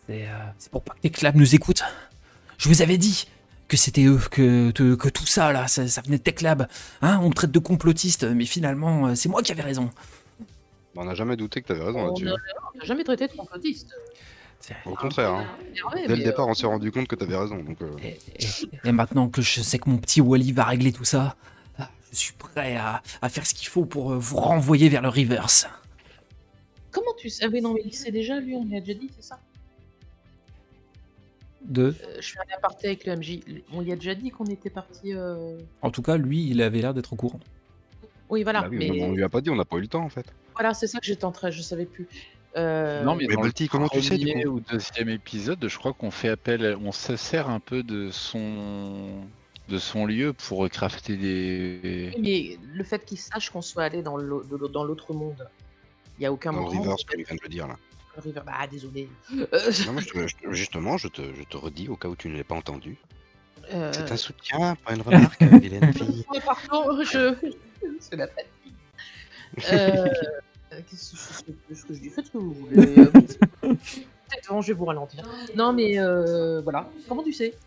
C'est pour pas que Techlab nous écoute. Je vous avais dit que c'était eux, que tout ça, là, ça venait de Techlab. Hein, on me traite de complotiste, mais finalement, c'est moi qui avais raison. On n'a jamais douté que t'avais raison On là-dessus. n'a jamais traité de complotiste. Au contraire, hein. Énervé, Dès le mais, départ, on s'est rendu compte que t'avais raison. Donc, Et maintenant que je sais que mon petit Wally va régler tout ça, je suis prêt à faire ce qu'il faut pour vous renvoyer vers le Reverse. Comment tu sais? Ah oui, non, mais il sait déjà, lui, on lui a déjà dit, c'est ça? De... Je suis allé à partir avec le MJ. On lui a déjà dit qu'on était parti. En tout cas, lui, il avait l'air d'être au courant. Oui, voilà. bah oui, mais on lui a pas dit, on n'a pas eu le temps en fait. voilà, c'est ça que j'étais en train, je savais plus. Non, mais Mais dans Balti, le comment tu sais, du premier coup ou deuxième épisode, je crois qu'on fait appel, on se sert un peu de son lieu pour crafter des. Oui, mais le fait qu'il sache qu'on soit allé dans l'autre monde, il n'y a aucun Dans le moment. reverse, comme il vient de le dire là. Bah, désolé. Non, mais justement, je te redis au cas où tu ne l'as pas entendu. C'est un soutien, pas une remarque, Hélène fille. Oh, pardon, c'est la fatigue. Qu'est-ce que je dis? Faites ce que vous voulez. Peut-être bon, je vais vous ralentir. Non, mais voilà. Comment tu sais?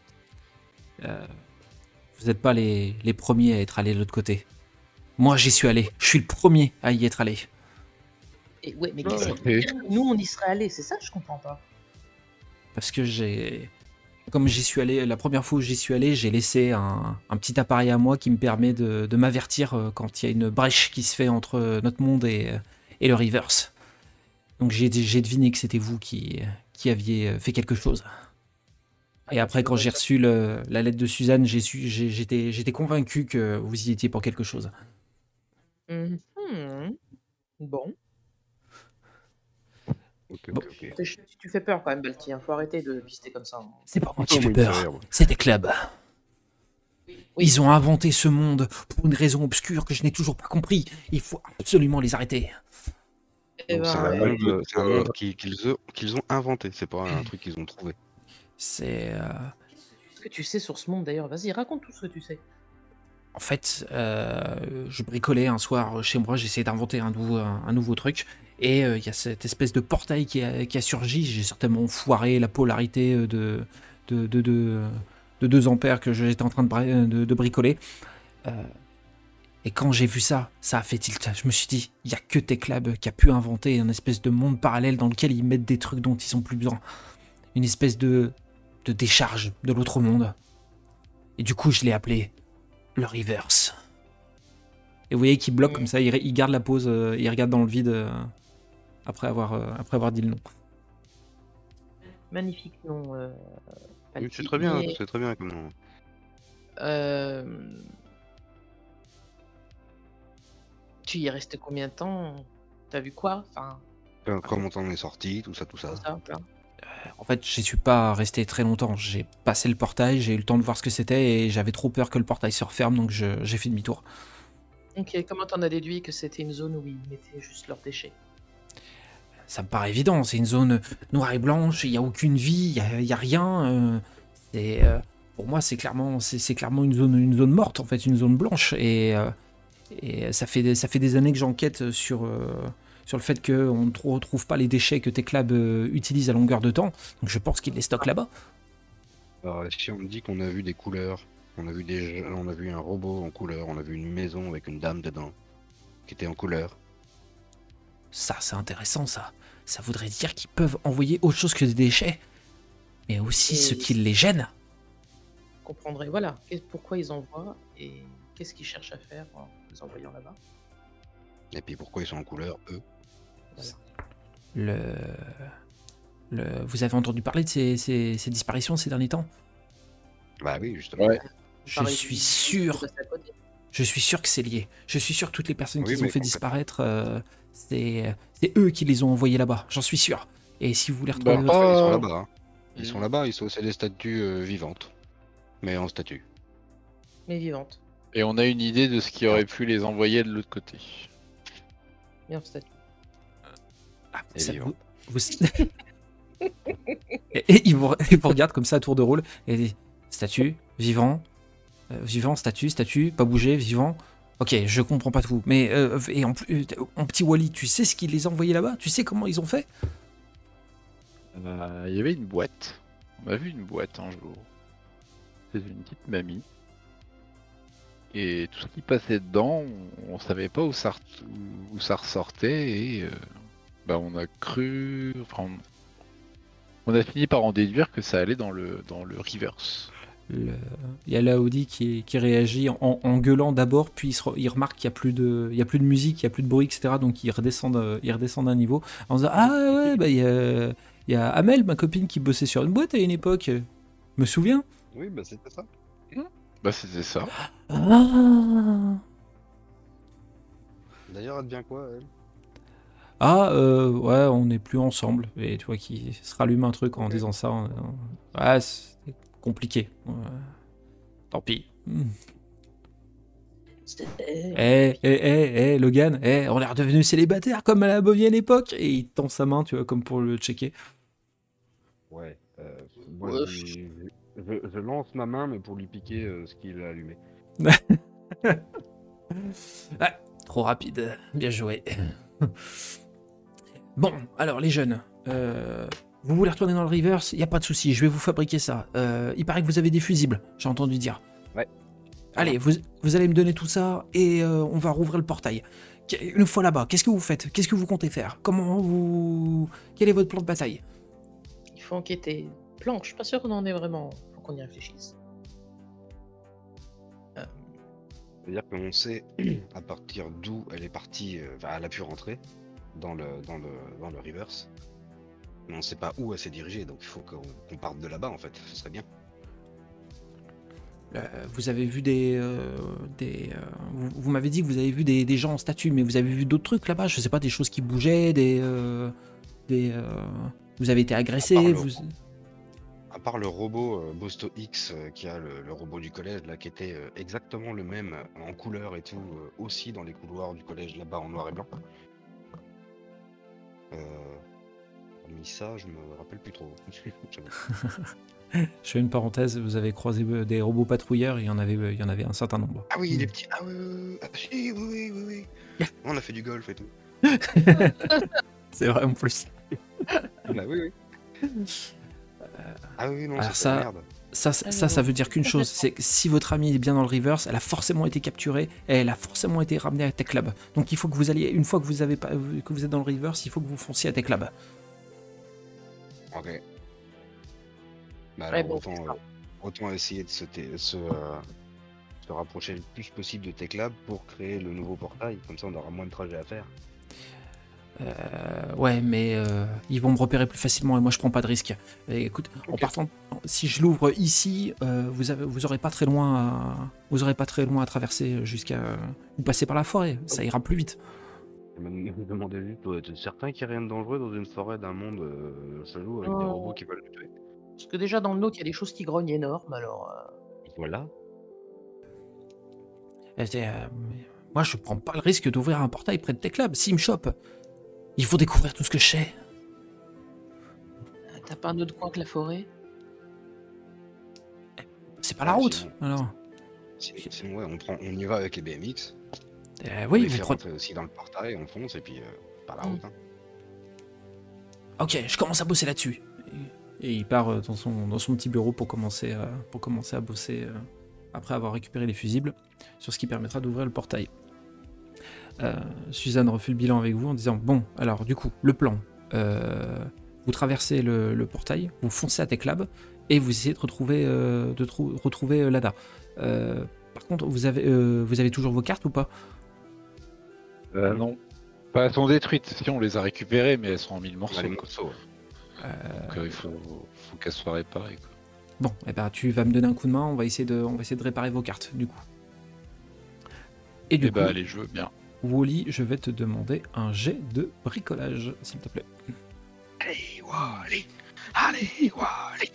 Vous n'êtes pas les premiers à être allés de l'autre côté. Moi, j'y suis allé. Je suis le premier à y être allé. Et ouais, mais qu'est-ce que tu veux dire que nous, on y serait allés? C'est ça que je comprends pas. Parce que comme j'y suis allé, la première fois où j'y suis allé, j'ai laissé un petit appareil à moi qui me permet de m'avertir quand il y a une brèche qui se fait entre notre monde et le Reverse. Donc j'ai deviné que c'était vous qui aviez fait quelque chose. Et après, quand j'ai reçu la lettre de Suzanne, j'étais convaincu que vous y étiez pour quelque chose. Bon. Ok. Tu fais peur quand même, Balti. Faut arrêter de pister comme ça. C'est pas moi qui Oh, fais moi, il me fait peur. rire, moi. C'était Club. Oui. Ils ont inventé ce monde pour une raison obscure que je n'ai toujours pas compris. Il faut absolument les arrêter. Eh Donc, ben, c'est un monde qu'ils ont inventé, c'est pas un truc qu'ils ont trouvé. C'est... ce que tu sais sur ce monde d'ailleurs, vas-y, raconte tout ce que tu sais. En fait, je bricolais un soir chez moi, j'essayais d'inventer un nouveau truc, et il y a cette espèce de portail qui a surgi. J'ai certainement foiré la polarité de 2 ampères que j'étais en train de bricoler. Et quand j'ai vu ça, ça a fait tilt. Je me suis dit, il n'y a que Techlab qui a pu inventer un espèce de monde parallèle dans lequel ils mettent des trucs dont ils ont plus besoin. Une espèce de décharge de l'autre monde. Et du coup, je l'ai appelé le Reverse. Et vous voyez qu'il bloque comme ça, il garde la pause, il regarde dans le vide après avoir dit le nom. Magnifique nom. Oui, Balti. c'est très bien, Mais, c'est très bien comme nom. tu y es resté combien de temps? T'as vu quoi? Enfin, Comment t'en es sorti, tout ça. tout ça, voilà. En fait, j'y suis pas resté très longtemps. J'ai passé le portail, j'ai eu le temps de voir ce que c'était et j'avais trop peur que le portail se referme, donc j'ai fait demi-tour. Ok, comment t'en as déduit que c'était une zone où ils mettaient juste leurs déchets? Ça me paraît évident, c'est une zone noire et blanche, il n'y a aucune vie, il y a rien. Pour moi, c'est clairement une zone morte, en fait, une zone blanche. Et ça fait des années que j'enquête sur le fait qu'on ne retrouve pas les déchets que Techlab utilise à longueur de temps. Donc je pense qu'ils les stockent là-bas. Alors, si on me dit qu'on a vu des couleurs, on a vu un robot en couleur, on a vu une maison avec une dame dedans, qui était en couleur. Ça, c'est intéressant, ça. Ça voudrait dire qu'ils peuvent envoyer autre chose que des déchets. Mais aussi Et- ce qui les gêne. Comprendrait, voilà, pourquoi ils envoient et qu'est-ce qu'ils cherchent à faire en les envoyant là-bas. Et puis pourquoi ils sont en couleur, eux? Vous avez entendu parler de ces disparitions ces derniers temps? Bah oui, justement. Ouais. Je suis sûr que c'est lié. Je suis sûr que toutes les personnes Oui, qui ont mais fait complètement. disparaître, c'est eux qui les ont envoyés là-bas. J'en suis sûr. Et si vous voulez retrouver Bah, votre... Ils sont Ah. là-bas. Hein. Ils sont là-bas, c'est des statues vivantes. Mais en statue. Mais vivante. Et on a une idée de ce qui aurait pu les envoyer de l'autre côté. Mais en statut. Ah, Et ça- vivant. vous- et ils vous regardent comme ça à tour de rôle. Et ils disent, statut, vivant, vivant, statut, pas bouger, vivant. Ok, je comprends pas tout. Mais et en petit Wally, tu sais ce qu'ils les ont envoyés là-bas? Tu sais comment ils ont fait? Il y avait une boîte. On a vu une boîte un jour. C'était une petite mamie. Et tout ce qui passait dedans, on savait pas où ça ressortait et on a cru. Enfin, on a fini par en déduire que ça allait dans le reverse. Il y a Laudi qui réagit en gueulant d'abord, puis il remarque qu'il n'y a plus de musique, il n'y a plus de bruit, etc. Donc il redescend d'un niveau en se disant ah ouais, bah, il y a Amel, ma copine, qui bossait sur une boîte à une époque. Me souviens. Oui, bah c'était ça. Bah c'était ça. Ah, D'ailleurs, elle devient quoi, elle? ouais, on n'est plus ensemble. Et tu vois qu'il se rallume un truc en Ok. disant ça. Ouais, c'est compliqué. Tant pis. Logan, on est redevenu célibataire comme à la bonne époque. Et il tend sa main, tu vois, comme pour le checker. Ouais. Moi, Ouais. je lance ma main, mais pour lui piquer ce qu'il a allumé. Trop rapide, bien joué. Bon, alors les jeunes, vous voulez retourner dans le reverse? Y a pas de souci, je vais vous fabriquer ça. Il paraît que vous avez des fusibles, j'ai entendu dire. Ouais. Allez, vous allez me donner tout ça et on va rouvrir le portail. Une fois là-bas, qu'est-ce que vous faites? Qu'est-ce que vous comptez faire? Quel est votre plan de bataille? Il faut enquêter. Plan, je suis pas sûr qu'on en ait vraiment. Faut qu'on y réfléchisse. C'est-à-dire qu'on sait à partir d'où elle est partie, elle a pu rentrer dans le reverse. Mais on sait pas où elle s'est dirigée, donc il faut qu'on parte de là-bas en fait, ce serait bien. Vous avez vu vous m'avez dit que vous avez vu des gens en statue, mais vous avez vu d'autres trucs là-bas? Je sais pas, des choses qui bougeaient, vous avez été agressé, À part le robot Bosto X, qui a le robot du collège là, qui était exactement le même en couleur et tout, aussi dans les couloirs du collège là-bas en noir et blanc. Hormis ça, je me rappelle plus trop. Je fais une parenthèse, vous avez croisé des robots patrouilleurs, il y en avait un certain nombre. Ah oui, les petits. Ah oui, si, oui. On a fait du golf et tout. C'est vrai en plus. Bah oui. Ah oui, non, Alors c'est la merde. Ça veut dire qu'une chose, c'est que si votre amie est bien dans le reverse, elle a forcément été capturée et elle a forcément été ramenée à Tech Lab. Donc il faut que vous alliez, une fois que vous êtes dans le reverse, il faut que vous fonciez à Tech Lab. Ok. Bah Ouais, alors, bon, autant essayer de se rapprocher le plus possible de Tech Lab pour créer le nouveau portail. Comme ça, on aura moins de trajets à faire. Ouais, mais ils vont me repérer plus facilement et moi je prends pas de risque. Et écoute, en Ok. partant, si je l'ouvre ici, vous aurez pas très loin à traverser jusqu'à. Vous passez par la forêt, ça ira plus vite. Je me demandais juste, t'es certain qu'il n'y a rien de dangereux dans une forêt d'un monde chelou avec des robots qui veulent le tuer? Parce que déjà dans le nôtre, il y a des choses qui grognent énormes, alors. Voilà. Mais moi je prends pas le risque d'ouvrir un portail près de Tech Lab. S'ils me chopent, il faut découvrir tout ce que je sais. T'as pas un autre coin que la forêt? C'est pas la Ouais, route, sinon- alors. Sinon, ouais, on y va avec les BMX. On Oui, les vous fait prenez. rentrer aussi dans le portail, on fonce et puis par la Mm. route. Hein. Ok, je commence à bosser là-dessus. Et il part dans son petit bureau pour commencer à bosser après avoir récupéré les fusibles sur ce qui permettra d'ouvrir le portail. Suzanne refait le bilan avec vous en disant bon, alors du coup, le plan. Vous traversez le portail, vous foncez à Tech Lab et vous essayez de retrouver Lada. Par contre, vous avez toujours vos cartes ou pas? Non. Bah, elles sont détruites. Si on les a récupérées, mais elles sont en 1000 On morceaux. a les quoi. morceaux. Donc il faut qu'elles soient réparées. Quoi. Bon, eh ben, tu vas me donner un coup de main, on va essayer de réparer vos cartes, du coup. Et du Et coup, bah allez, je veux bien. Wally, je vais te demander un jet de bricolage, s'il te plaît. Allez, Wally! Allez, Wally!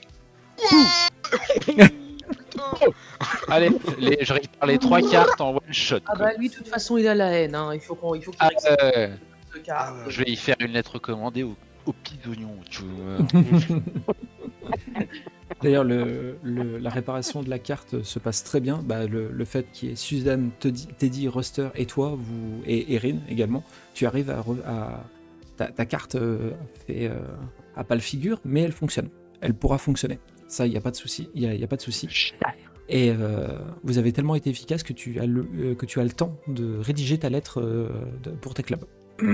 Allez, je récupère les 3 cartes en one shot. Ah quoi. bah lui, de toute façon, il a la haine, hein. Il faut qu'il Ah, récupère ce cartes. Ah, je vais y faire une lettre commandée aux petits oignons. Tu vois. D'ailleurs, la réparation de la carte se passe très bien. Bah, le fait qu'il y ait Suzanne, Teddy, Ruster et toi, et Erin également, tu arrives ta carte a pas le figure, mais elle fonctionne. Elle pourra fonctionner. Ça, il n'y a pas de souci. Il y a pas de souci. Et vous avez tellement été efficace que tu as le temps de rédiger ta lettre pour tes clubs.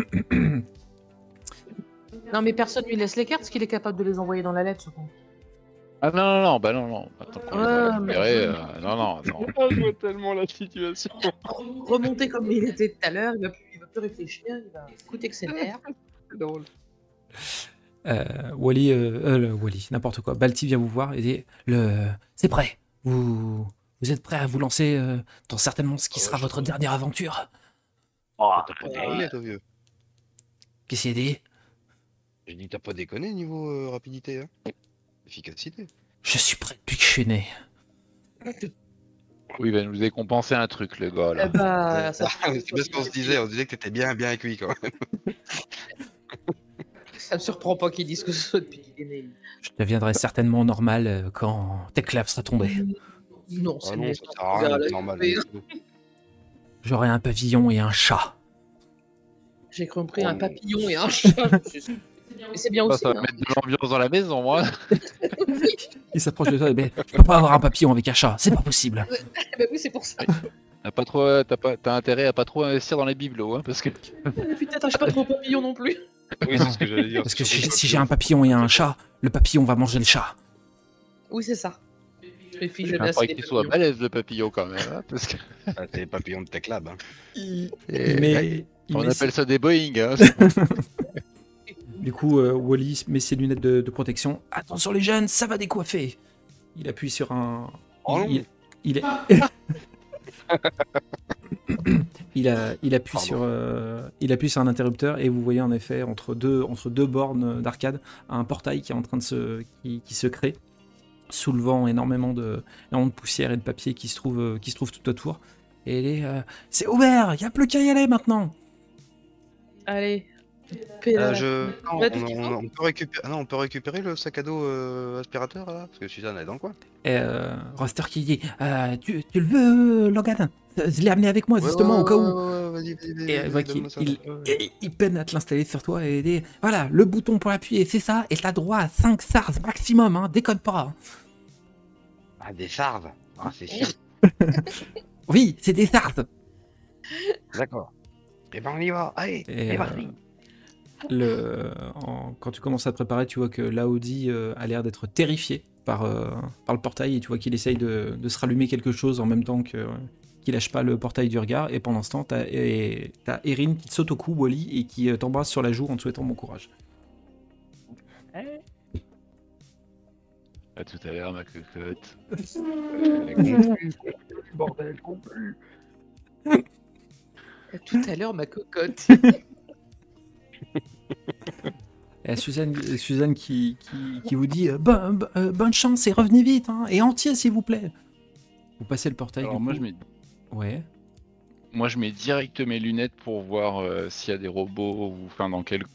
Non, mais personne lui laisse les cartes, parce qu'il est capable de les envoyer dans la lettre, je pense. Ah non, bah non. Attends, qu'on les a récupérés, non. Je vois tellement la situation. Remonter comme il était tout à l'heure, il va plus réfléchir, il va écouter que c'est l'air. C'est drôle. Wally, n'importe quoi. Balti vient vous voir et dit c'est prêt. Vous êtes prêt à vous lancer dans certainement ce qui sera votre dernière aventure. T'as pas déconné, toi, vieux. Qu'est-ce qu'il a dit? J'ai dit t'as pas déconné niveau rapidité, hein. Efficacité. Je suis prêt depuis que je suis né. Oui, il va nous décompenser un truc, le gars, là. Eh bah, ça C'est bien ce qu'on se disait, on disait que t'étais bien cuit quand même. me surprend pas qu'il dise que ce soit depuis qu'il est né. Je deviendrai certainement normal quand tes claps sera tombé. Non, Ah c'est non, le ça sert à rien, c'est normal. J'aurai un pavillon et un chat. J'ai compris un papillon et un chat. Mais c'est bien aussi. Ça va mettre de l'ambiance dans la maison, moi. Il s'approche de toi et je peux pas avoir un papillon avec un chat, c'est pas possible. Bah oui, c'est pour ça. T'as intérêt à pas trop investir dans les bibelots, hein, parce que... Putain, t'achètes pas trop papillon non plus. Oui, c'est ce que j'allais dire. Parce que si j'ai un papillon et un chat, le papillon va manger le chat. Oui, c'est ça. Les filles, Il j'aime assez faudrait les qu'il soit papillons. balèze, le papillon, quand même, hein, parce que... Ah, t'es les papillons de Tech Lab. Hein. On appelle ça des Boeing, hein. Du coup, Wally met ses lunettes de protection. Attention les jeunes, ça va décoiffer. Il appuie sur un... Oh non. Il est... il appuie sur un interrupteur et vous voyez en effet entre deux bornes d'arcade un portail qui est en train de qui se crée, soulevant énormément de poussière et de papier qui se trouve tout autour. Et c'est ouvert, il n'y a plus qu'à y aller maintenant. Allez. Pédale. On peut récupérer le sac à dos aspirateur là, parce que Suzanne est dans le coin. Et Roster qui dit tu le veux, Logan? Je l'ai amené avec moi justement au cas où. Vas-y, Et elle voit qu'il donne-moi ça. il peine à te l'installer sur toi et il dit voilà, le bouton pour appuyer, c'est ça, et t'as droit à 5 SARS maximum, hein, déconne pas. Hein. Ah, des sardes. Ah, c'est chiant. Oui, c'est des SARS. D'accord. Et ben on y va. Allez, Et, c'est parti. quand tu commences à te préparer, tu vois que Laudi a l'air d'être terrifié par le portail et tu vois qu'il essaye de se rallumer quelque chose en même temps qu'il lâche pas le portail du regard. Et pendant ce temps, t'as Erin qui te saute au cou, Wally, et qui t'embrasse sur la joue en te souhaitant bon courage. À tout à l'heure, ma cocotte. Bordel, conclu. À tout à l'heure, ma cocotte. Et Suzanne qui vous dit bonne chance et revenez vite, hein, et entier s'il vous plaît. Vous passez le portail. Alors du moi, coup. Ouais. Moi, je mets direct mes lunettes pour voir s'il y a des robots ou enfin dans quel.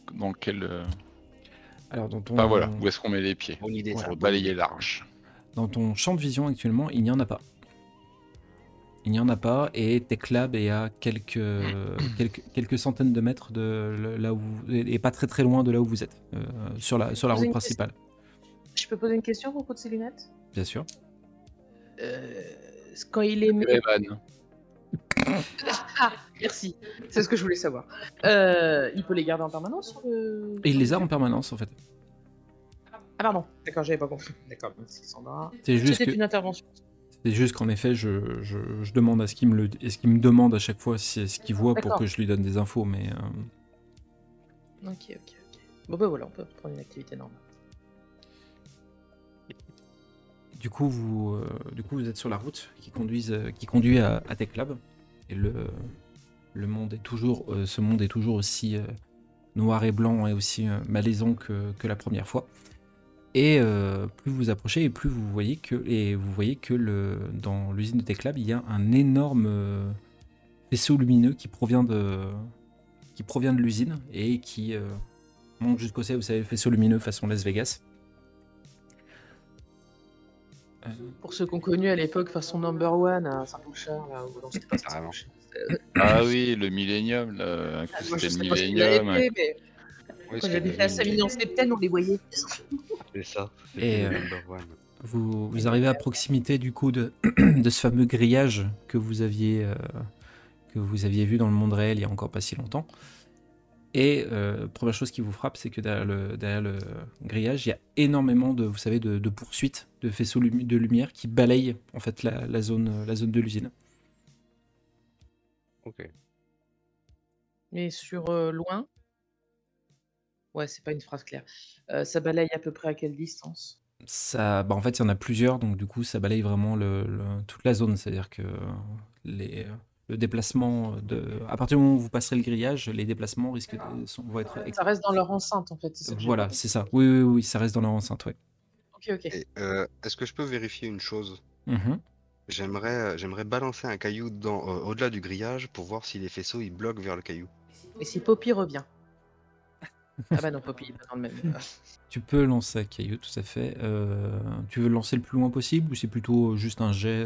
Alors dans ton. Enfin voilà, où est-ce qu'on met les pieds Bonne idée, ça. pour balayer large. Dans ton champ de vision actuellement, il n'y en a pas. Il n'y en a pas, et Tech Lab est à quelques centaines de mètres de là où vous, et pas très très loin de là où vous êtes, sur la route une principale. Je peux poser une question à propos de ces lunettes? Bien sûr. Quand il est... Evan. Ah, merci. C'est ce que je voulais savoir. Il peut les garder en permanence sur le... Et il les a en permanence en fait. Ah pardon, d'accord, j'avais pas compris. D'accord, merci Sandra. C'est juste C'était que- une intervention. C'est juste qu'en effet, je demande à ce qu'il me demande à chaque fois si ce qu'il voit pour D'accord. que je lui donne des infos, mais Ok. Bon bah voilà, on peut prendre une activité normale. du coup vous êtes sur la route qui conduit à Tech Lab, et le monde est toujours ce monde est toujours aussi noir et blanc et aussi malaisant que la première fois. Et plus vous approchez et plus vous voyez que dans l'usine de Tech Lab, il y a un énorme vaisseau lumineux qui provient de l'usine et qui monte jusqu'au ciel. Vous savez, le faisceau lumineux façon Las Vegas. Pour ceux qu'on connu à l'époque, façon number one à Saint-Bouchard, là, où non, c'était pas Carrément. Saint-Bouchard. Ah oui, le Millennium, là. Moi, je C'était sais le pas ce qu'il Millennium. avait fait, mais... Ouais, Quand c'est j'habitais à Savigny-en-Septène, on les voyait. c'est ça. Et, C'était le number one. vous arrivez à proximité du coup de, de ce fameux grillage que vous aviez vu dans le monde réel il y a encore pas si longtemps. Et première chose qui vous frappe, c'est que derrière le grillage, il y a énormément de, vous savez, de poursuites, de faisceaux de lumière qui balayent en fait la zone de l'usine. Ok. Et sur loin, ouais, c'est pas une phrase claire. Ça balaye à peu près à quelle distance? Ça, bah en fait, il y en a plusieurs, donc du coup, ça balaye vraiment toute la zone. C'est-à-dire que le déplacement à partir du moment où vous passerez le grillage, les déplacements vont être. Ça reste dans leur enceinte en fait, c'est ça que j'ai Voilà, pas c'est ça. Oui, ça reste dans leur enceinte, ouais. compris. Ok. Et est-ce que je peux vérifier une chose? Mhm. J'aimerais balancer un caillou au-delà du grillage pour voir si les faisceaux ils bloquent vers le caillou. Et si Poppy revient? Ah bah non, Poppy est pas dans le même. Tu peux lancer un caillou, tout à fait. Tu veux le lancer le plus loin possible ou c'est plutôt juste un jet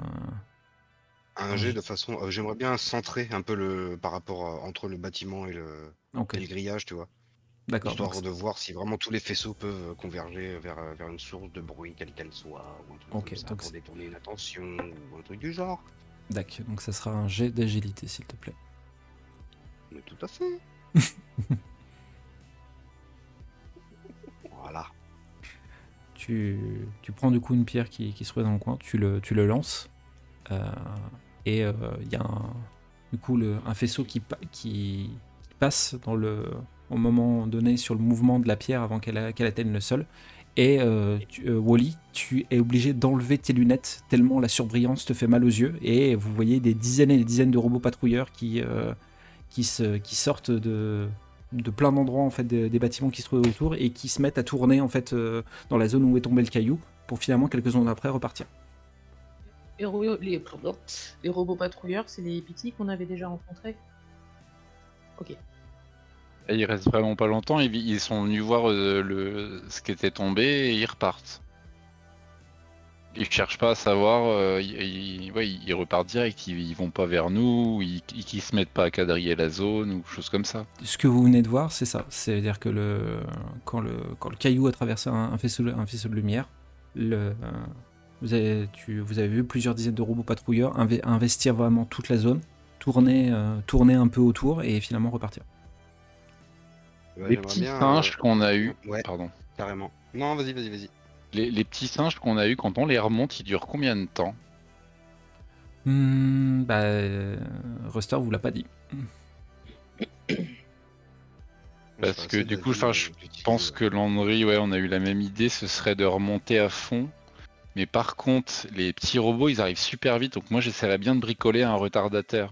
Un jet de façon. J'aimerais bien centrer un peu par rapport entre le bâtiment et Ok, le grillage, tu vois. d'accord. Histoire donc de voir si vraiment tous les faisceaux peuvent converger vers une source de bruit, quelle qu'elle soit, ou un truc Ok, comme ça, donc pour détourner une attention, ou un truc du genre. donc ça sera un jet d'agilité, s'il te plaît. Mais tout à fait. Voilà. Tu prends du coup une pierre qui se trouve dans le coin, tu le lances, et il y a du coup un faisceau qui passe au moment donné sur le mouvement de la pierre avant qu'elle atteigne le sol. Et Wally, tu es obligé d'enlever tes lunettes tellement la surbrillance te fait mal aux yeux. Et vous voyez des dizaines et des dizaines de robots patrouilleurs qui sortent de plein d'endroits en fait, des bâtiments qui se trouvent autour et qui se mettent à tourner en fait dans la zone où est tombé le caillou pour finalement quelques secondes après repartir. Les robots patrouilleurs, c'est les petits qu'on avait déjà rencontrés. Ok. Et ils restent vraiment pas longtemps, ils sont venus voir ce qui était tombé et ils repartent. Ils cherchent pas à savoir, ils repartent direct, ils vont pas vers nous, ils se mettent pas à quadriller la zone ou choses comme ça. Ce que vous venez de voir, c'est ça. C'est-à-dire que quand le caillou a traversé un faisceau de lumière, vous avez vu plusieurs dizaines de robots patrouilleurs investir vraiment toute la zone, tourner un peu autour et finalement repartir. Ouais, Les j'aimerais petits bien, singes qu'on a eu, Ouais, pardon. carrément. Non, vas-y. Les petits singes qu'on a eu quand on les remonte, ils durent combien de temps? Ruster vous l'a pas dit. Parce que du coup, je pense que Landry, on a eu la même idée, ce serait de remonter à fond. Mais par contre, les petits robots, ils arrivent super vite, donc moi j'essaierais bien de bricoler un retardateur.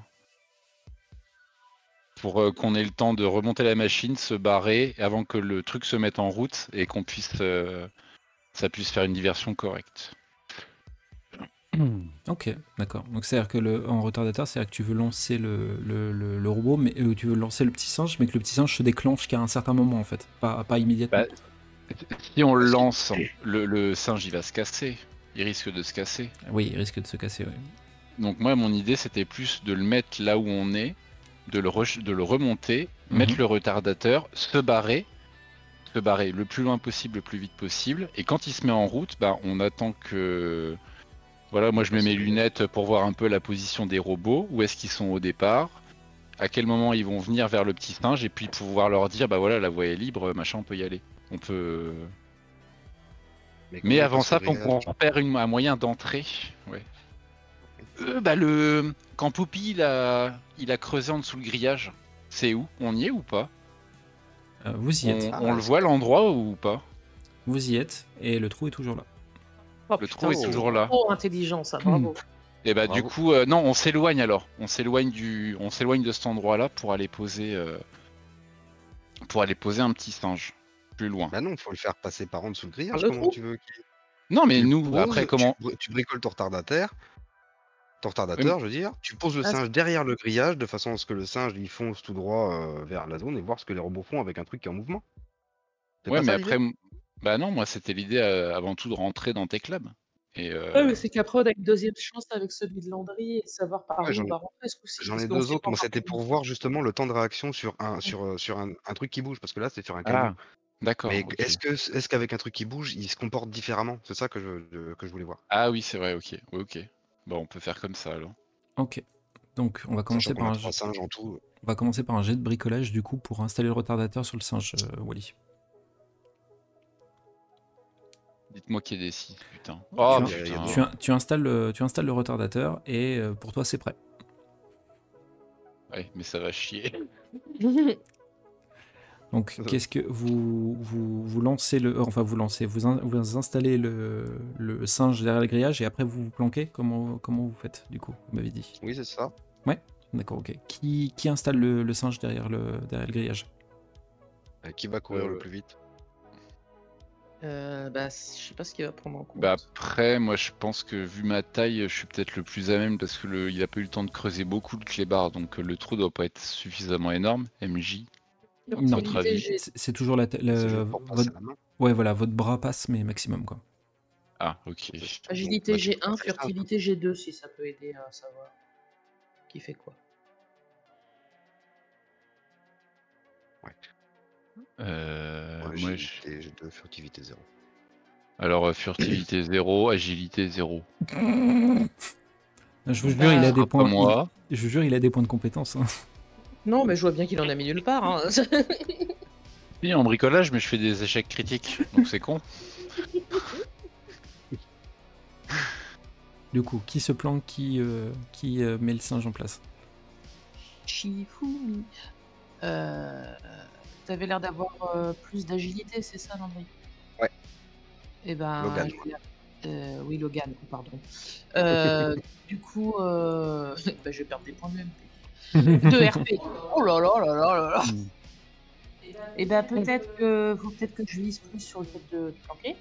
Pour qu'on ait le temps de remonter la machine, se barrer, avant que le truc se mette en route et qu'on puisse, ça puisse faire une diversion correcte. Ok, d'accord. Donc c'est-à-dire que en retardateur, c'est-à-dire que tu veux lancer le robot, mais tu veux lancer le petit singe, mais que le petit singe se déclenche qu'à un certain moment en fait, pas immédiatement. Bah, si on le lance, le singe il va se casser. Il risque de se casser. Oui, il risque de se casser, oui. Donc moi mon idée c'était plus de le mettre là où on est, de le remonter, mettre le retardateur, se barrer le plus loin possible, le plus vite possible, et quand il se met en route, bah, on attend que... Voilà, moi je mets mes lunettes pour voir un peu la position des robots, où est-ce qu'ils sont au départ, à quel moment ils vont venir vers le petit singe, et puis pouvoir leur dire, bah voilà, la voie est libre, machin, on peut y aller. On peut... Mais avant ça, faut qu'on repère un moyen d'entrée. Ouais. Quand Poppy il a creusé en dessous le grillage, c'est où? On y est ou pas? Vous y êtes. On le voit l'endroit ou pas? Vous y êtes, et le trou est toujours là. Oh, Le putain, trou est c'est toujours là. trop intelligent, ça, bravo. Et bah Bravo. du coup, non, on s'éloigne alors. On s'éloigne de cet endroit-là pour aller poser un petit singe plus loin. Bah non, faut le faire passer par en dessous le grillage. Le Comment trou tu veux qu'il... Non, mais Tu nous, poses, après, comment... tu bricoles ton retardateur, je veux dire, tu poses le Ah, singe derrière le grillage de façon à ce que le singe il fonce tout droit vers la zone et voir ce que les robots font avec un truc qui est en mouvement. C'est Ouais, pas mais ça, après... l'idée Bah non, moi c'était l'idée avant tout de rentrer dans Tech Lab. Et Ouais, mais c'est qu'après, on a une deuxième chance avec celui de Landry et savoir par Ouais, où on va rentrer ce coup-ci. j'en Parce ai qu'on 2 sait autres. pas Moi, encore c'était comment pour voir justement le temps de réaction sur un truc qui bouge, parce que là, c'est sur un camion. Ah, d'accord, Mais ok. est-ce qu'avec un truc qui bouge, il se comporte différemment? C'est ça que je voulais voir. Ah oui, c'est vrai, ok. Ouais, ok. Bon, on peut faire comme ça alors. Ok. Donc on va Sachant commencer qu'on par a un 3 singes en tout. on va commencer par un jet de bricolage du coup pour installer le retardateur sur le singe Wally. Dites-moi qu'il y a des 6, putain. Tu, Oh in- il y a putain. tu installes le retardateur et pour toi c'est prêt. Ouais, mais ça va chier. Donc qu'est-ce que vous lancez vous installez le singe derrière le grillage et après vous vous planquez. Comment vous faites du coup? Vous m'avez dit. Oui, c'est ça. Ouais. D'accord, ok. Qui installe le singe derrière le grillage? Qui va courir le Euh, plus vite? Bah, je sais pas ce qu'il va prendre en compte. Bah après, moi je pense que vu ma taille, je suis peut-être le plus à même parce que il a pas eu le temps de creuser beaucoup le clébard, donc le trou doit pas être suffisamment énorme. MJ. Non, Votre avis? c'est toujours C'est juste pour passer votre, la main. ouais, voilà, votre bras passe, mais maximum quoi. Ah, ok. Agilité Bah, tu peux G1, passer le singe, furtivité G2 si ça peut aider à savoir qui fait quoi. Ouais, Moi, j'ai 2 furtivité 0. alors furtivité 0, agilité 0. Je vous jure, il a des Pas points. moi. Je vous jure, il a des points de compétence. Hein. Non, mais je vois bien qu'il en a mis nulle part. Hein. Oui, en bricolage, mais je fais des échecs critiques, donc c'est con. Du coup, qui se planque, qui met le singe en place? Shifumi. T'avais l'air d'avoir plus d'agilité, c'est ça, Landry? Ouais. Eh ben, Logan. oui, Logan, pardon. Du coup, bah, je vais perdre des points de MP. De RP. Oh là là là là là là. Et ben peut-être que je vise plus sur le fait de planquer.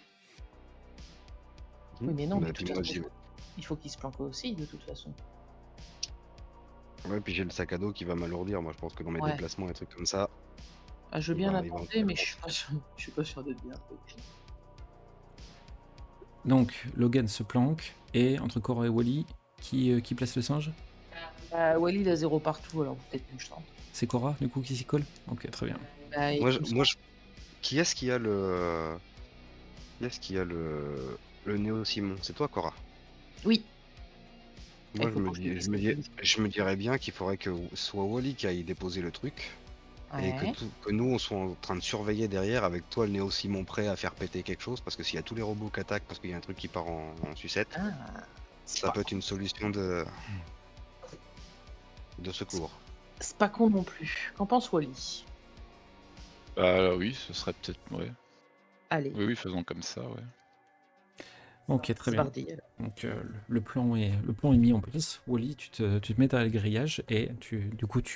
Oui, mais non, Bah, de puis toute moi, façon, il faut qu'il se planque aussi, de toute façon. ouais, puis j'ai le sac à dos qui va m'alourdir. Moi, je pense que dans mes Ouais. déplacements et trucs comme ça. Ah, je veux bien il va l'attenter, mais je suis pas sûr d'être bien. Donc, Logan se planque, et entre Cora et Wally, qui place le singe? Wally, il a 0 partout, alors peut-être une chance. C'est Cora, du coup, qui s'y colle? Ok, très bien. Bah, Qui est-ce qui a le. Qui est-ce qui a le Néo Simon? C'est toi, Cora? Oui. Moi, Il faut que je me dirais bien qu'il faudrait que ce soit Wally qui aille déposer le truc. Et Ouais. que nous, on soit en train de surveiller derrière avec toi, le Néo Simon, prêt à faire péter quelque chose. Parce que s'il y a tous les robots qui attaquent parce qu'il y a un truc qui part en sucette, Ah, ça peut être une solution de secours. c'est pas con non plus. Qu'en pense Wally? Bah oui, ce serait peut-être. Ouais. Allez, Oui, faisons comme ça, ouais. Ok, très c'est bien. parti. Alors. Donc, le plan est mis en place. Wally, tu te mets derrière le grillage, et tu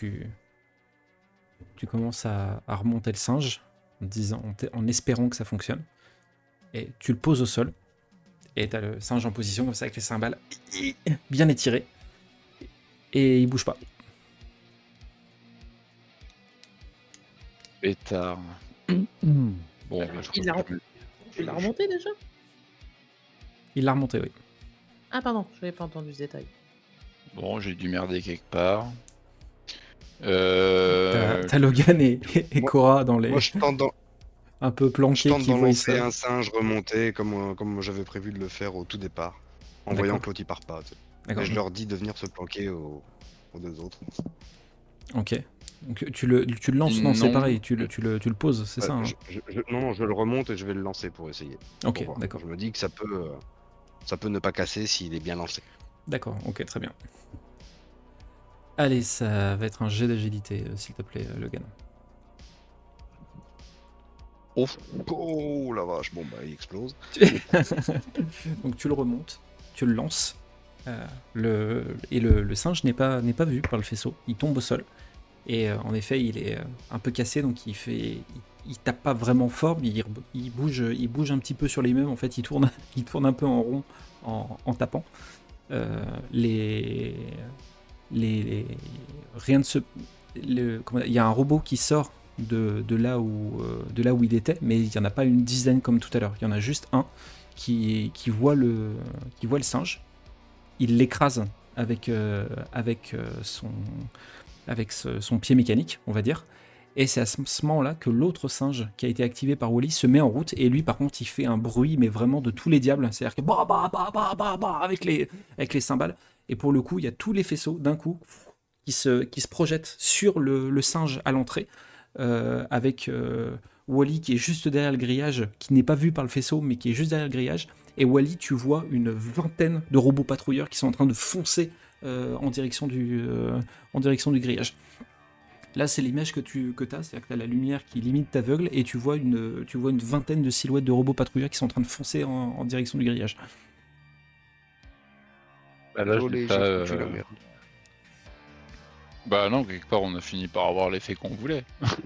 commences à remonter le singe, en espérant que ça fonctionne. Et tu le poses au sol, et t'as le singe en position comme ça avec les cymbales bien étirées, et il bouge pas. Pétard. Bon, bah, je Il l'a crois que Tu l'as remonté déjà? Il l'a remonté, oui. Ah pardon, je n'avais pas entendu ce détail. Bon, j'ai dû merder quelque part. T'as Logan et Cora dans les... Moi, je tente un peu je planqués tente qui d'en voient lancer ça. un singe remonté comme j'avais prévu de le faire au tout départ. En voyant que l'autre il part pas. Tu sais. D'accord. Et je leur dis de venir se planquer aux 2 autres. Ok. Donc tu le lances, non, c'est Non. pareil, tu le poses, c'est ça hein. Non, je le remonte et je vais le lancer pour essayer. Ok, Pour voir. d'accord. Je me dis que ça peut ne pas casser s'il est bien lancé. D'accord, ok, très bien. Allez, ça va être un jet d'agilité, s'il te plaît, Logan. Oh la vache, bon bah il explose. Donc tu le remontes, tu le lances, le singe n'est pas vu par le faisceau, il tombe au sol, et en effet il est un peu cassé, donc il tape pas vraiment fort, mais il bouge un petit peu sur les meubles, en fait il tourne un peu en rond en tapant. Il y a un robot qui sort de là où il était, mais il n'y en a pas une dizaine comme tout à l'heure. Il y en a juste un qui voit le singe. Il l'écrase avec son pied mécanique, on va dire. Et c'est à ce moment-là que l'autre singe qui a été activé par Wally se met en route. Et lui, par contre, il fait un bruit, mais vraiment de tous les diables. C'est-à-dire que avec les cymbales. Et pour le coup, il y a tous les faisceaux d'un coup qui se projettent sur le singe à l'entrée. Avec Wally qui est juste derrière le grillage, qui n'est pas vu par le faisceau, mais qui est juste derrière le grillage. Et Wally, tu vois une vingtaine de robots patrouilleurs qui sont en train de foncer en direction du grillage. Là, c'est l'image que tu as, c'est-à-dire que tu as la lumière qui limite t'aveugle et tu vois une vingtaine de silhouettes de robots patrouilleurs qui sont en train de foncer en direction du grillage. Bah là, Désolé, je dis ça, j'ai foutu la merde. Bah non, quelque part, on a fini par avoir l'effet qu'on voulait.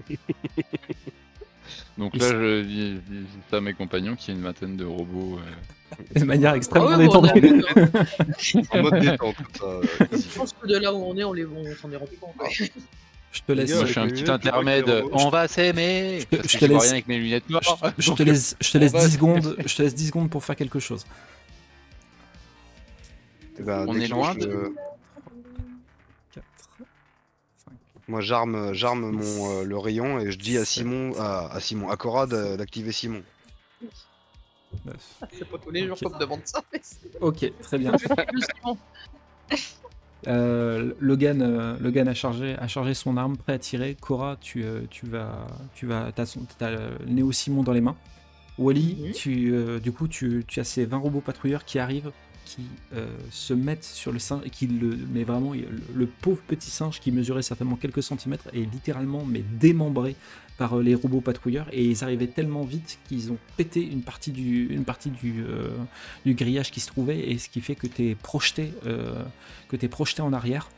Donc là, je dis ça à mes compagnons qu'il y a une vingtaine de robots. De manière extrêmement Ah ouais, bon, on a détendue. vu, hein. En mode détente, comme ça. Je pense que de là où on est, on s'en est rendu compte. Ouais. Je te laisse. Les Moi, gars, je suis un avec petit mes lunettes, tu vois intermède. que les robots- On va s'aimer. Je te- Parce je que te je vois laisse- rien avec mes lunettes noires. Je te Donc, laisse on 10 va- secondes. Je te laisse 10 secondes pour faire quelque chose. Eh ben, On dès est que loin je- de- 4, 5, Moi, j'arme le rayon et je dis à Sept. à Cora d'activer Simon. 9. C'est pas tous les jours Ok. qu'on me demande ça. Mais Ok, très bien. Justement. Logan a chargé son arme, prêt à tirer. Cora, t'as le Néo Simon dans les mains. Wally, Mhm. du coup, tu as ces 20 robots patrouilleurs qui arrivent, qui se mettent sur le singe, mais vraiment, le pauvre petit singe qui mesurait certainement quelques centimètres est littéralement démembré par les robots patrouilleurs, et ils arrivaient tellement vite qu'ils ont pété une partie du grillage qui se trouvait, et ce qui fait que t'es projeté en arrière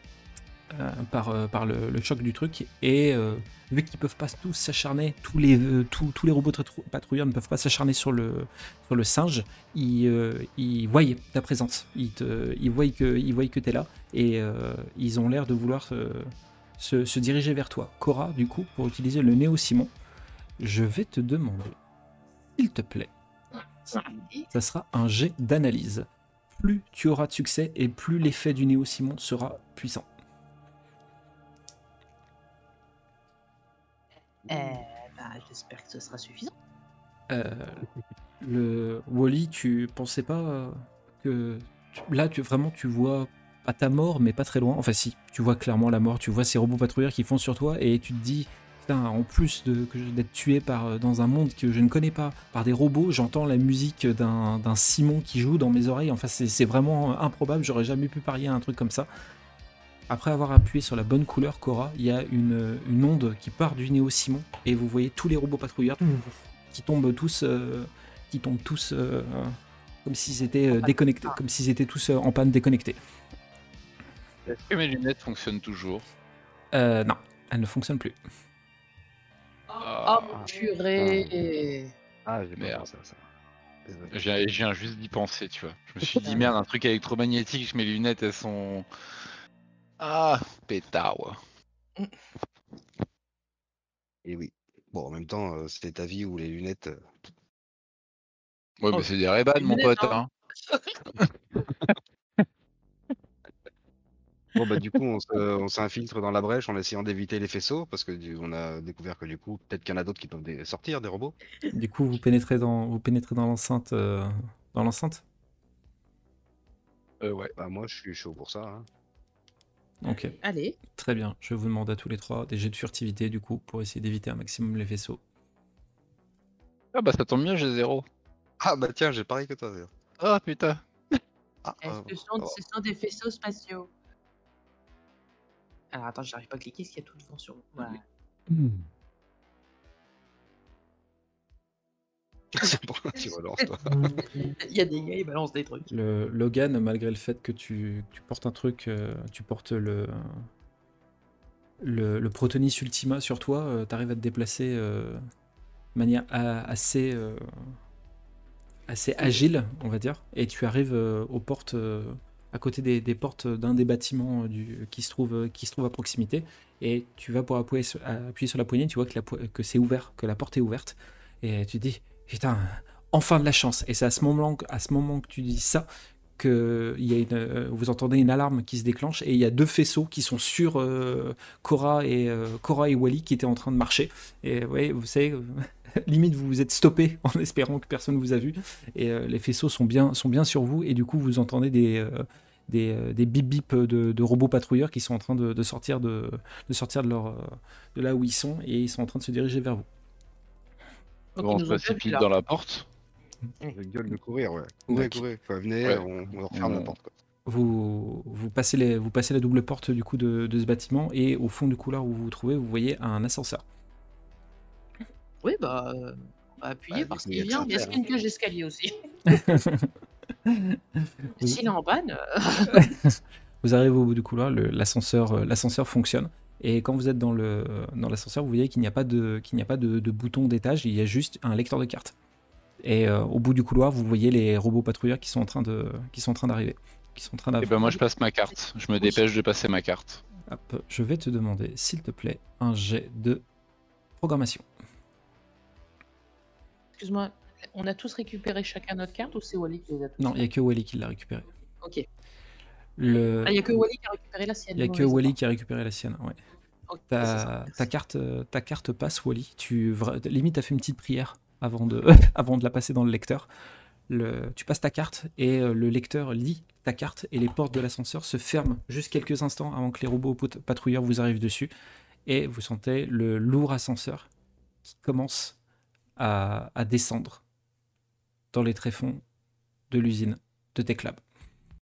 par le choc du truc, et vu qu'ils peuvent pas tous s'acharner, tous les robots patrouilleurs ne peuvent pas s'acharner sur le singe, ils voient ta présence, ils voient que t'es là, et ils ont l'air de vouloir se diriger vers toi. Cora, du coup, pour utiliser le Néo Simon, je vais te demander, s'il te plaît, ça sera un jet d'analyse. Plus tu auras de succès et plus l'effet du Néo Simon sera puissant. J'espère que ce sera suffisant. Le Wally, tu pensais pas que là tu vois pas ta mort, mais pas très loin. Enfin si, tu vois clairement la mort. Tu vois ces robots patrouilleurs qui foncent sur toi et tu te dis, putain, en plus d'être tué dans un monde que je ne connais pas par des robots, j'entends la musique d'un Simon qui joue dans mes oreilles. Enfin c'est vraiment improbable. J'aurais jamais pu parier à un truc comme ça. Après avoir appuyé sur la bonne couleur, Cora, il y a une onde qui part du Néo Simon et vous voyez tous les robots patrouilleurs qui tombent tous comme s'ils étaient déconnectés, comme s'ils étaient tous en panne déconnectés. Est-ce que mes lunettes fonctionnent toujours? Non, elles ne fonctionnent plus. Ah, purée. Ah, j'ai pas Merde. pensé à ça. Désolé. Je viens juste d'y penser, tu vois. Je me suis dit, merde, un truc électromagnétique, mes lunettes, elles sont... Ah, pétard, ouais. Et oui. Bon, en même temps, c'était ta vie ou les lunettes. Ouais, mais c'est des Ray-Ban, mon lunettes, pote, hein. hein. Bon, bah, du coup, on s'infiltre dans la brèche en essayant d'éviter les faisceaux parce que on a découvert que du coup, peut-être qu'il y en a d'autres qui peuvent sortir des robots. Du coup, vous pénétrez dans l'enceinte. Dans l'enceinte. Ouais. Bah, moi, je suis chaud pour ça. Hein. Ok, Allez. très bien. Je vous demande à tous les trois des jets de furtivité du coup pour essayer d'éviter un maximum les vaisseaux. Ah bah ça tombe bien, j'ai 0. Ah, bah tiens, j'ai pareil que toi d'ailleurs. Ah putain. Ah, Est-ce que ce sont des faisceaux spatiaux? Alors attends, j'arrive pas à cliquer, est-ce qu'il y a tout devant sur moi? Voilà. c'est pour ça que tu relances, toi. Il y a des gars, ils balancent des trucs. Le Logan, malgré le fait que tu portes un truc, tu portes le Protonis Ultima sur toi, t'arrives à te déplacer de manière assez agile, on va dire, et tu arrives aux portes, à côté des portes d'un des bâtiments qui se trouve à proximité, et tu vas pour appuyer sur la poignée, tu vois que c'est ouvert, que la porte est ouverte, et tu te dis, putain, enfin de la chance. Et c'est à ce moment que tu dis ça que vous entendez une alarme qui se déclenche et il y a 2 faisceaux qui sont sur Cora et Wally qui étaient en train de marcher. Et ouais, vous savez, limite vous vous êtes stoppé en espérant que personne vous a vu. Et les faisceaux sont bien sur vous et du coup vous entendez des bip bip de robots patrouilleurs qui sont en train de sortir de là où ils sont et ils sont en train de se diriger vers vous. Donc, On ils se nous ont pas vus, précipite là. dans la porte. Je gueule de courir, ouais. Ouais. Courez, quoi. Venez, Ouais. on referme la porte, quoi. Vous passez la double porte du coup de ce bâtiment et au fond du couloir où vous vous trouvez, vous voyez un ascenseur. Oui, bah, on va appuyer Bah, parce du coup, il y qu'il a que ça vient. à Mais est-ce faire, qu'il y a une cage d'escalier aussi? Vous- S'il est en panne, Vous arrivez au bout du couloir, l'ascenseur fonctionne. Et quand vous êtes dans l'ascenseur, vous voyez qu'il n'y a pas de bouton d'étage, il y a juste un lecteur de cartes. Et au bout du couloir, vous voyez les robots patrouilleurs qui sont en train d'arriver. Et ben moi je passe ma carte. Je me dépêche de passer ma carte. Hop, je vais te demander, s'il te plaît, un jet de programmation. excuse-moi, on a tous récupéré chacun notre carte ou c'est Wally qui les a tous? Non, il n'y a que Wally qui l'a récupéré. Ok. Le... Ah, il n'y a que Wally qui a récupéré la sienne. Il n'y a que Wally qui a récupéré la sienne, ouais. Ok, c'est ça. Ta carte passe, Wally. Limite, t'as fait une petite prière avant de, avant de la passer dans le lecteur. Tu passes ta carte et le lecteur lit ta carte et les portes de l'ascenseur se ferment juste quelques instants avant que les robots patrouilleurs vous arrivent dessus. Et vous sentez le lourd ascenseur qui commence à descendre dans les tréfonds de l'usine de Teclab.